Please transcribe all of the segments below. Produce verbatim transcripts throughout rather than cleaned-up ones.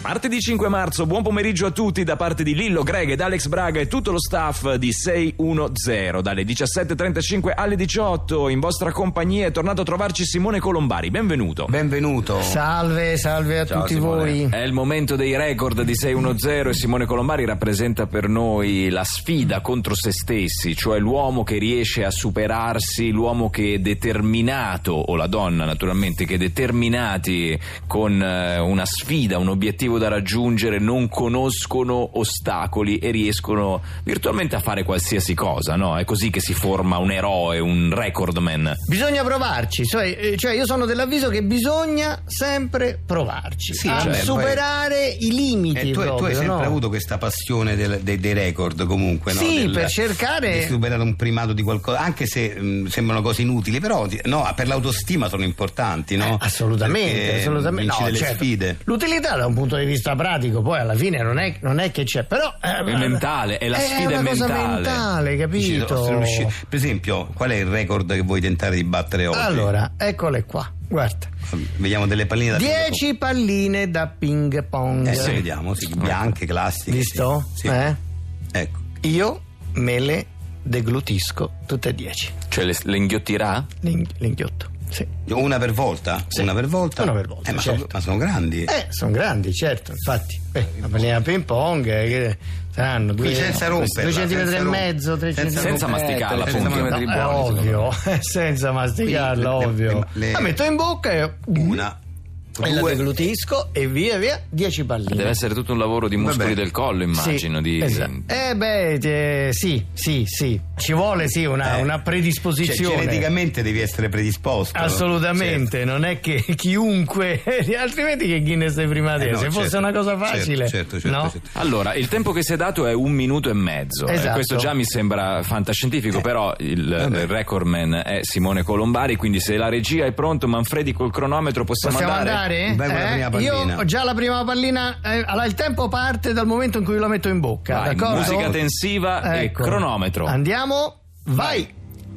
Martedì cinque marzo, buon pomeriggio a tutti da parte di Lillo, Greg ed Alex Braga e tutto lo staff di sei uno zero. Dalle diciassette e trentacinque alle diciotto in vostra compagnia è tornato a trovarci Simone Colombari. Benvenuto. Benvenuto. Salve, salve a Ciao, tutti Simone. voi. È il momento dei record di sei uno zero e Simone Colombari rappresenta per noi la sfida contro se stessi, cioè l'uomo che riesce a superarsi, l'uomo che è determinato, o la donna naturalmente, che determinati con eh, una sfida, un obiettivo da raggiungere, non conoscono ostacoli e riescono virtualmente a fare qualsiasi cosa, no? È così che si forma un eroe, un recordman. Bisogna provarci, cioè, cioè io sono dell'avviso che bisogna sempre provarci, Sì, a cioè, superare poi, i limiti. eh, tu, proprio, tu hai sempre no? avuto questa passione del, dei, dei record comunque, no? Sì, Del, per cercare di superare un primato di qualcosa, anche se mh, sembrano cose inutili, però no, per l'autostima sono importanti, no? Eh, assolutamente, Perché assolutamente. vinci No, delle certo. sfide. L'utilità da un punto di vista pratico poi alla fine non è, non è che c'è, però È mentale, è la sfida è una cosa mentale. mentale, Dici, capito? sono riuscito- Per esempio, qual è il record che vuoi tentare di battere oggi? Allora, eccole qua, guarda. Vediamo delle palline da dieci palline da ping pong. Eh, sì, vediamo, sì, bianche, classiche. Visto? Sì. Sì. Eh? Ecco. Io me le deglutisco tutte e dieci. Cioè le, le inghiottirà? L'ing- L'inghiotto, sì. Una per volta? Sì. Una per volta? Una per volta, Eh, ma, certo. sono, ma sono grandi. Eh, sono grandi, certo, infatti. Eh, la pallina da ping pong eh, che saranno due, Qui senza romperla, due centimetri senza e rom- mezzo, tre senza- centimetri. Senza masticarla, senza appunto. metri No, è buoni, ovvio, senza masticarla, Le- le- ovvio. le- La metto in bocca e Una. e la Due. deglutisco e via via, dieci palline. Deve essere tutto un lavoro di muscoli Vabbè. del collo, immagino. Sì, di... esatto. Eh beh, eh, sì, sì, sì. Ci vuole sì una, Eh. una Cioè, predisposizione. geneticamente devi essere predisposto. Assolutamente, Certo. non è che chiunque, altrimenti che Guinness dei primati, Eh, no, se fosse certo. una cosa facile, Certo, certo, no? certo. Allora, il tempo che si è dato è un minuto e mezzo. Eh, Esatto. questo già mi sembra fantascientifico, Eh. però il, Vabbè. il recordman è Simone Colombari, quindi se la regia è pronto, Manfredi col cronometro, possiamo, Possiamo andare? Vai con la prima pallina. Io ho già la prima pallina, eh, allora il tempo parte dal momento in cui la metto in bocca, Vai, d'accordo? musica tensiva e Ecco. cronometro. Andiamo, vai!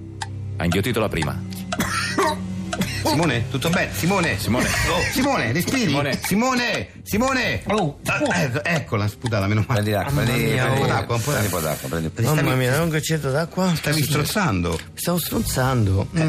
Ha inghiottito la prima. Simone, tutto bene? Simone, Simone. Oh, Simone, respiri. Simone. Simone, Simone. Oh. Ah, ecco, eccola, sputata, meno male. Prendi l'acqua, Mamma prendi, mia, prendi un po' d'acqua, un po' prendi d'acqua. d'acqua, prendi- Stavi- Mamma mia, un goccetto d'acqua? Stavi strozzando. Mi stavo stronzando. Mm.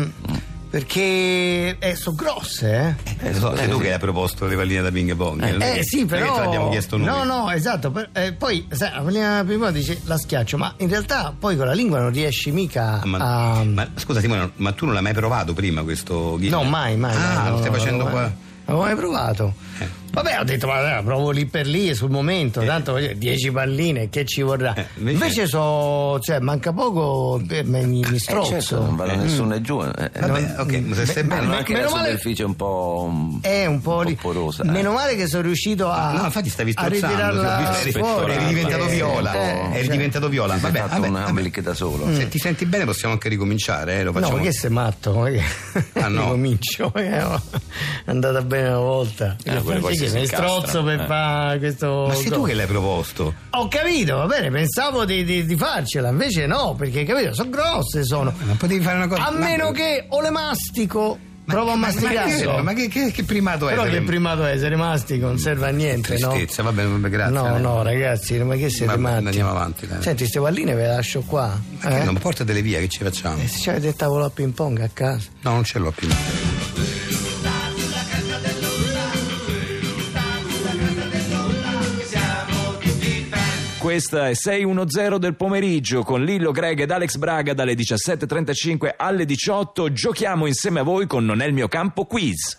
Perché eh, sono grosse, eh? Eh, lo so, sei tu che hai proposto le palline da ping pong. non è Eh che- sì, non è però. che te l'abbiamo chiesto noi. No, no, esatto. per- eh, poi, sai, la pallina prima dice la schiaccio, ma in realtà poi con la lingua non riesci mica Ma, a. ma scusa Simone, ma tu non l'hai mai provato prima questo ghiaccio? No, mai, mai. Ah, mai, lo no, stai no, facendo no, qua? mai. Non ho mai provato. Eh. Vabbè, ho detto, ma dai, provo lì per lì sul momento, tanto voglio dire, dieci palline, che ci vorrà? Eh, invece- invece so, cioè, manca poco, eh, mi, mi Eh, strozzo. certo, non vale nessuno e giù. eh, eh. Vabbè, ok, ma se stai Ma bene. non è che la meno male- superficie è un po'. È un po' di. porosa. eh. Meno male che sono riuscito a. No, infatti stavi a strozzando, ritirarla ti ho visto, eri- fuori. eri diventato Eh, viola, eh, eri cioè- diventato viola. Hai Vabbè, fatto vabbè, un vabbè. Amblick da solo. Se ti senti bene possiamo anche ricominciare, eh, lo No, facciamo. ma che sei matto? Ma che... Ah, no? Ricomincio, eh, no. È andata bene una volta. Eh, quelle cose Che si mi incastrano, strozzo per eh. fare questo. Ma sei tu che l'hai proposto? Ho capito, va bene, pensavo di, di, di farcela, invece no, perché capito, sono grosse, sono. Ma potevi fare una cosa. A ma- meno che o le mastico, ma- provo a ma- masticarlo. Ma, che, ma che, che, che primato è? Però che Se- primato è, se le mastico non serve a niente, no? Tristezza, va bene, vabbè, grazie. No, eh. no, ragazzi, ma che siete Vabbè, matti? andiamo avanti, dai. Senti, queste palline ve le lascio qua. Ma che eh? non portatele via, che ci facciamo? E se c'avete il tavolo a ping pong a casa? No, non ce l'ho più. Questa è sei uno zero del pomeriggio con Lillo, Greg ed Alex Braga dalle diciassette e trentacinque alle diciotto. Giochiamo insieme a voi con Non è il mio campo quiz.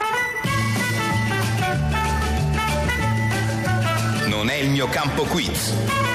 Non è il mio campo quiz.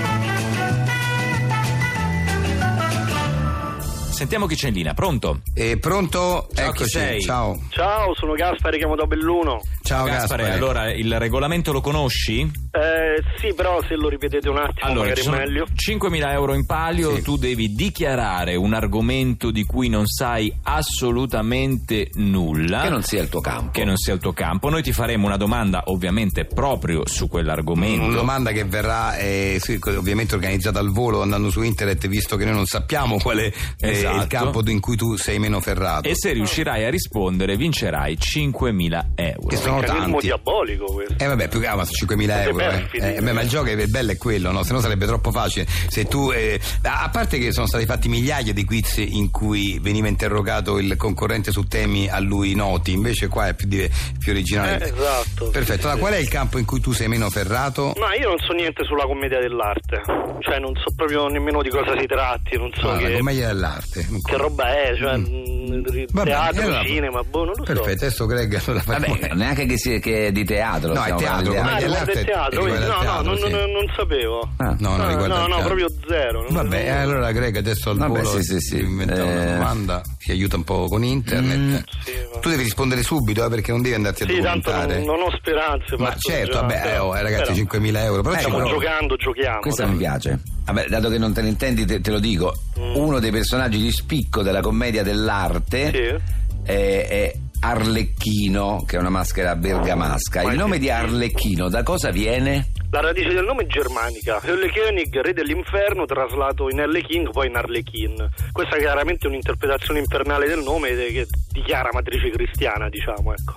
Sentiamo chi c'è in linea, pronto? Eh, pronto? Ciao, Eccoci, chi sei? ciao. Ciao, sono Gaspare, chiamo da Belluno. Ciao Gaspare, Gaspare. allora il regolamento lo conosci? Eh, sì, però se lo ripetete un attimo Allora, magari ci sono meglio. cinquemila euro in palio, Sì. tu devi dichiarare un argomento di cui non sai assolutamente nulla. Che non sia il tuo campo. Che non sia il tuo campo. Noi ti faremo una domanda ovviamente proprio su quell'argomento. Una domanda che verrà eh, sì, ovviamente organizzata al volo andando su internet, visto che noi non sappiamo qual è eh, Esatto. il campo in cui tu sei meno ferrato. E se riuscirai a rispondere vincerai cinquemila euro. Che sono tanti. meccanismo diabolico questo. Eh vabbè, più che ah, ma cinquemila euro. Eh. Eh, beh, ma il gioco è bello, è quello, no? Se no sarebbe troppo facile. Se tu eh, a parte che sono stati fatti migliaia di quiz in cui veniva interrogato il concorrente su temi a lui noti, invece qua è più, di, più originale. Eh, esatto. Perfetto. Allora, qual è il campo in cui tu sei meno ferrato? Ma io non so niente sulla commedia dell'arte, cioè non so proprio nemmeno di cosa si tratti, non so no, che la commedia dell'arte. che roba è, cioè mm. teatro, allora, cinema, boh, non lo perfetto, so. Perfetto, adesso Greg allora Vabbè, neanche che, sia, che è di teatro. No, è teatro, Ah, commedia riguarda dell'arte. il teatro, quindi, no, teatro, no, sì. non, non, non sapevo. Ah. No, no, riguarda no, il no, teatro. proprio zero. Non Vabbè, non- allora Greg adesso al Vabbè, volo sì, sì, sì. inventa una Eh. domanda che aiuta un po' con internet. Mm. Sì, ma- Tu devi rispondere subito eh, perché non devi andarti a Sì, tanto documentare. non, non ho speranze. Ma parto certo, già, vabbè, eh, però- oh, eh, ragazzi, però- cinquemila euro. Però Eh, ci Stiamo provo. giocando, giochiamo. Questa dai. mi piace. Vabbè, dato che non te ne intendi, te, te lo dico. Mm. Uno dei personaggi di spicco della commedia dell'arte Sì. è, è Arlecchino, che è una maschera bergamasca. Ma Il nome sì. di Arlecchino da cosa viene? La radice del nome è germanica. Hellekönig, re dell'inferno, traslato in Helleking, poi in Arlechin. Questa è chiaramente un'interpretazione infernale del nome che dichiara matrice cristiana, diciamo, ecco.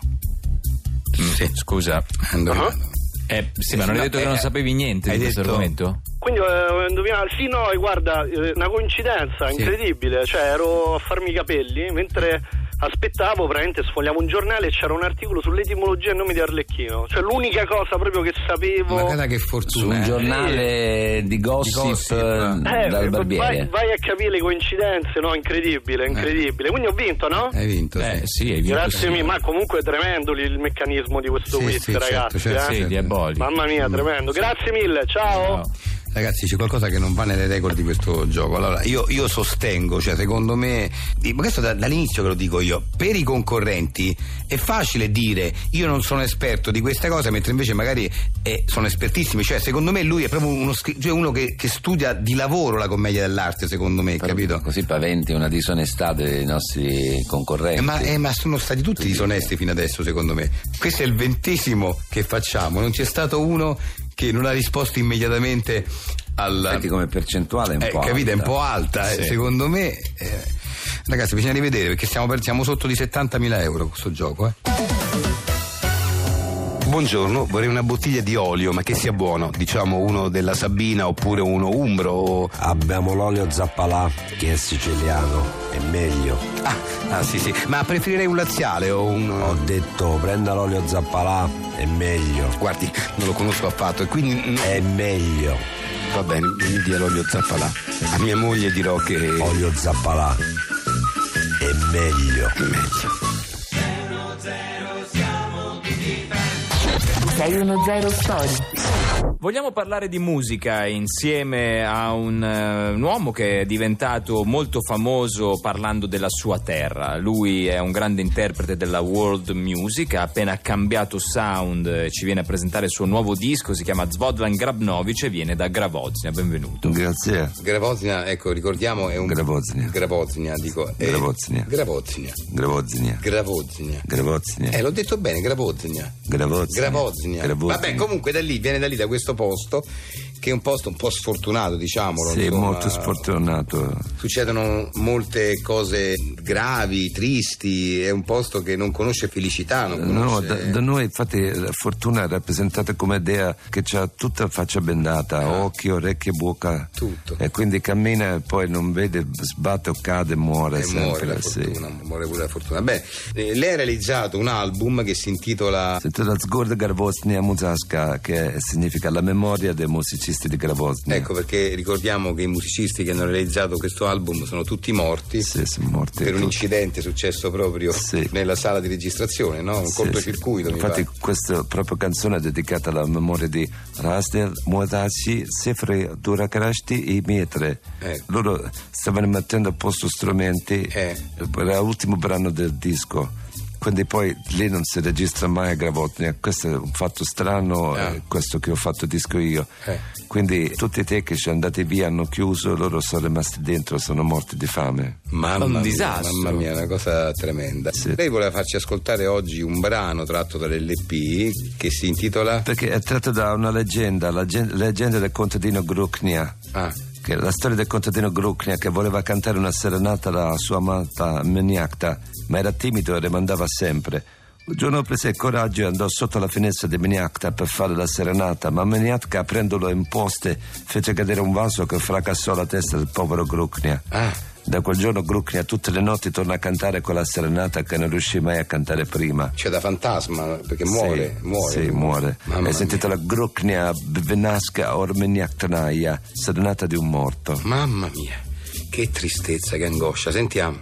Sì, scusa. Indovinato. Uh-huh. Eh, sì, ma non hai no, detto che eh, non sapevi niente hai di questo detto- argomento? Quindi eh, indovina- sì, no, e guarda, eh, una coincidenza Sì. incredibile, cioè ero a farmi i capelli mentre aspettavo, praticamente sfogliavo un giornale e c'era un articolo sull'etimologia e il nome di Arlecchino, cioè l'unica cosa proprio che sapevo. Ma guarda che Su fortuna. un eh. giornale di gossip, Di gossip, Eh, dal barbiere. vai, vai a capire le coincidenze, no? Incredibile, incredibile. Quindi ho vinto, no? Hai vinto, Eh, sì. sì, hai vinto. Grazie sì. mille, ma comunque è tremendo lì il meccanismo di questo Sì, quiz, sì, certo, ragazzi. certo, eh? Sì, diabolico. Mamma mia, tremendo. Grazie mille, ciao. No. Ragazzi, c'è qualcosa che non va nelle regole di questo gioco. Allora, io, io sostengo, cioè, secondo me, ma questo da, dall'inizio che lo dico io, per i concorrenti è facile dire io non sono esperto di queste cose, mentre invece magari eh, sono espertissimi. Cioè, secondo me lui è proprio uno, scri- cioè uno che, che studia di lavoro la commedia dell'arte, secondo me, capito? Così paventi una disonestà dei nostri concorrenti. Eh, ma, eh, ma sono stati tutti disonesti fino adesso, secondo me. Questo è il ventesimo che facciamo, non c'è stato uno che non ha risposto immediatamente al. Senti come percentuale è un Eh, po' capite, è un alta. po' alta, eh, Sì. secondo me. eh, ragazzi, bisogna rivedere perché siamo, per- siamo sotto di settantamila euro questo gioco, eh. Buongiorno, vorrei una bottiglia di olio, ma che sia buono, diciamo uno della Sabina oppure uno umbro o... Abbiamo l'olio Zappalà che è siciliano, è meglio. Ah, ah sì sì, ma preferirei un laziale o un... Ho detto prenda l'olio Zappalà, è meglio. Guardi, non lo conosco affatto e quindi... mm, È meglio. Va bene, mi dia l'olio Zappalà. A mia moglie dirò che... Olio Zappalà è meglio. Meglio. sei uno zero Story. Vogliamo parlare di musica insieme a un, eh, un uomo che è diventato molto famoso parlando della sua terra. Lui è un grande interprete della world music, ha appena cambiato sound, eh, ci viene a presentare il suo nuovo disco, si chiama Zvodlan Grabnovic e viene da Gravoznia. Benvenuto. Grazie. Gravoznia, ecco, ricordiamo è un... Gravoznia. Gravoznia, dico. è- Gravoznia. Gravoznia. Gravoznia. Gravoznia. Gravoznia. Eh, l'ho detto bene, Gravoznia. Gravoznia. Gravoznia. Gravoznia. Vabbè, comunque da lì, viene da lì, da questo posto, che è un posto un po' sfortunato, diciamolo. Sì, insomma. molto sfortunato. Succedono molte cose gravi, tristi, è un posto che non conosce felicità, non No, conosce... da, da noi infatti la fortuna è rappresentata come idea che ha tutta faccia bendata, Ah. occhi, orecchie, bocca. Tutto. E quindi cammina e poi non vede, sbatte o cade, muore E sempre. muore la sì. fortuna, muore pure la fortuna. Beh, eh, lei ha realizzato un album che si intitola... Si intitola Zgorda Gravoznia Muzaska, che significa la memoria dei musicisti di Gravoznia. Ecco, perché ricordiamo che i musicisti che hanno realizzato questo album sono tutti morti. Sì, sono morti Per un tutti. incidente successo proprio Sì. nella sala di registrazione, no? Un Sì, cortocircuito, sì. mi Infatti pare. questa propria canzone è dedicata alla memoria di Rasdel, Muadaci, Sefre, Durakrashti e Mietre. Ecco. Loro stavano mettendo a posto strumenti, Eh. era l'ultimo brano del disco. Quindi poi lì non si registra mai a Gravotnia. Questo è un fatto strano, Ah. eh, questo che ho fatto disco io. Eh. Quindi tutti i tecnici andati via hanno chiuso, loro sono rimasti dentro, sono morti di fame. Mamma Un mia, disastro. mamma mia, una cosa tremenda. Sì. Lei voleva farci ascoltare oggi un brano tratto dall'L P che si intitola... Perché è tratto da una leggenda, la gen- leggenda del contadino Gruknia. Ah, Che è la storia del contadino Gruknia che voleva cantare una serenata alla sua amata Meniacta, ma era timido e rimandava sempre. Il giorno prese il coraggio e andò sotto la finestra di Meniacta per fare la serenata, ma Meniacta, aprendolo in poste, fece cadere un vaso che fracassò la testa del povero Gruknia. Ah. Da quel giorno Gruknia tutte le notti torna a cantare quella serenata che non riuscì mai a cantare prima. Cioè da fantasma, perché muore, sì, muore. Sì, muore. Mamma e si intitola Gruknia Bvenaska Ormeniaktnaya, serenata di un morto. Mamma mia, che tristezza, che angoscia. Sentiamo.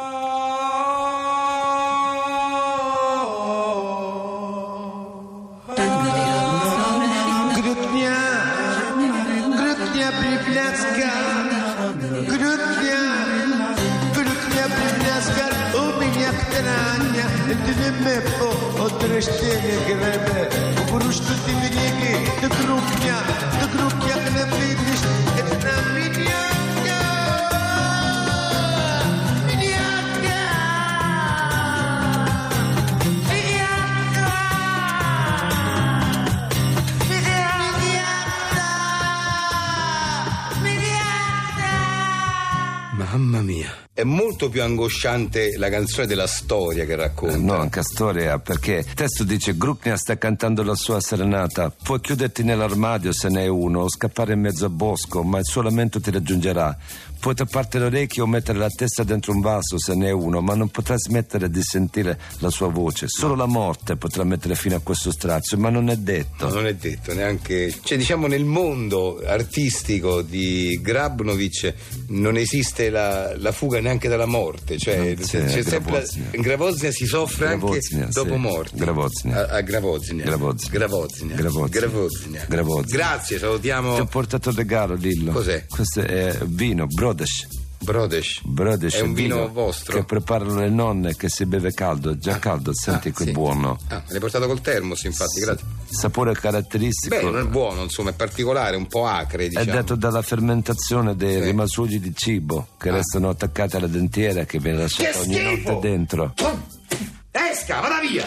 Mamma mia. È molto più angosciante la canzone della storia che racconta. No, anche storia, perché il testo dice: Gruknia sta cantando la sua serenata, puoi chiuderti nell'armadio se ne è uno, o scappare in mezzo al bosco, ma il suo lamento ti raggiungerà. Puoi tapparti le orecchie o mettere la testa dentro un vaso se ne è uno, ma non potrai smettere di sentire la sua voce. Solo la morte potrà mettere fine a questo strazio, ma non è detto. No, non è detto neanche. Cioè, diciamo, nel mondo artistico di Grabnovic non esiste la, la fuga neanche dalla morte. Cioè, Sì, c'è sempre Gravoznia. in Gravoznia si soffre Gravoznia, anche dopo sì. morte. Gravoznia. A, a Gravoznia. Gravoznia. Gravoznia. Gravoznia. Gravoznia. Gravoznia. Grazie, salutiamo. Ti ho portato il regalo, dillo. Cos'è? Questo è vino, Brodesh. Brodesh. Brodesh È un vino vostro? che preparano le nonne, che si beve caldo, già caldo, senti Ah, che sì. buono. Ah, me l'hai portato col termos, infatti, grazie. Sapore caratteristico. Beh, non è buono, insomma, è particolare, un po' acre, È diciamo. dato dalla fermentazione dei Sì. rimasugli di cibo che Ah. restano attaccati alla dentiera, che viene lasciata Che ogni schifo! notte dentro. Esca, vada via!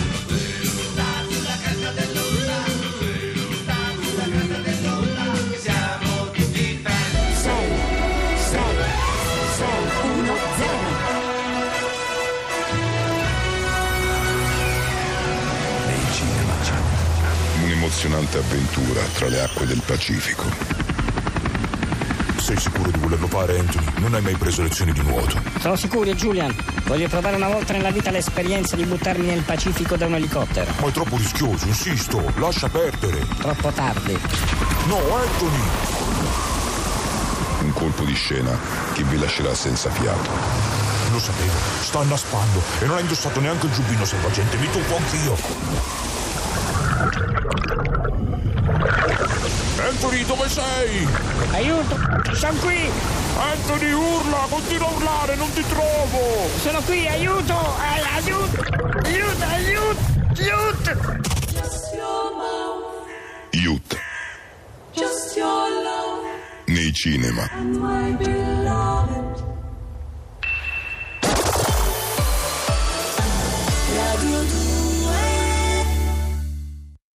Un'emozionante avventura tra le acque del Pacifico. Sei sicuro di volerlo fare, Anthony? Non hai mai preso lezioni di nuoto? Sono sicuro, Julian. Voglio provare una volta nella vita l'esperienza di buttarmi nel Pacifico da un elicottero. Ma è troppo rischioso, insisto. Lascia perdere. Troppo tardi. No, Anthony! Un colpo di scena che vi lascerà senza fiato. Lo sapevo. Sta annaspando e non ha indossato neanche il giubbino salvagente. Mi tocco anch'io. Anthony, dove sei? Aiuto! Sono qui! Anthony, urla! Continua a urlare, non ti trovo! Sono qui, aiuto! Eh, aiuto! Aiuto! Aiuto! Aiuto! Youth. Just your love Nei cinema. and my beloved. Radio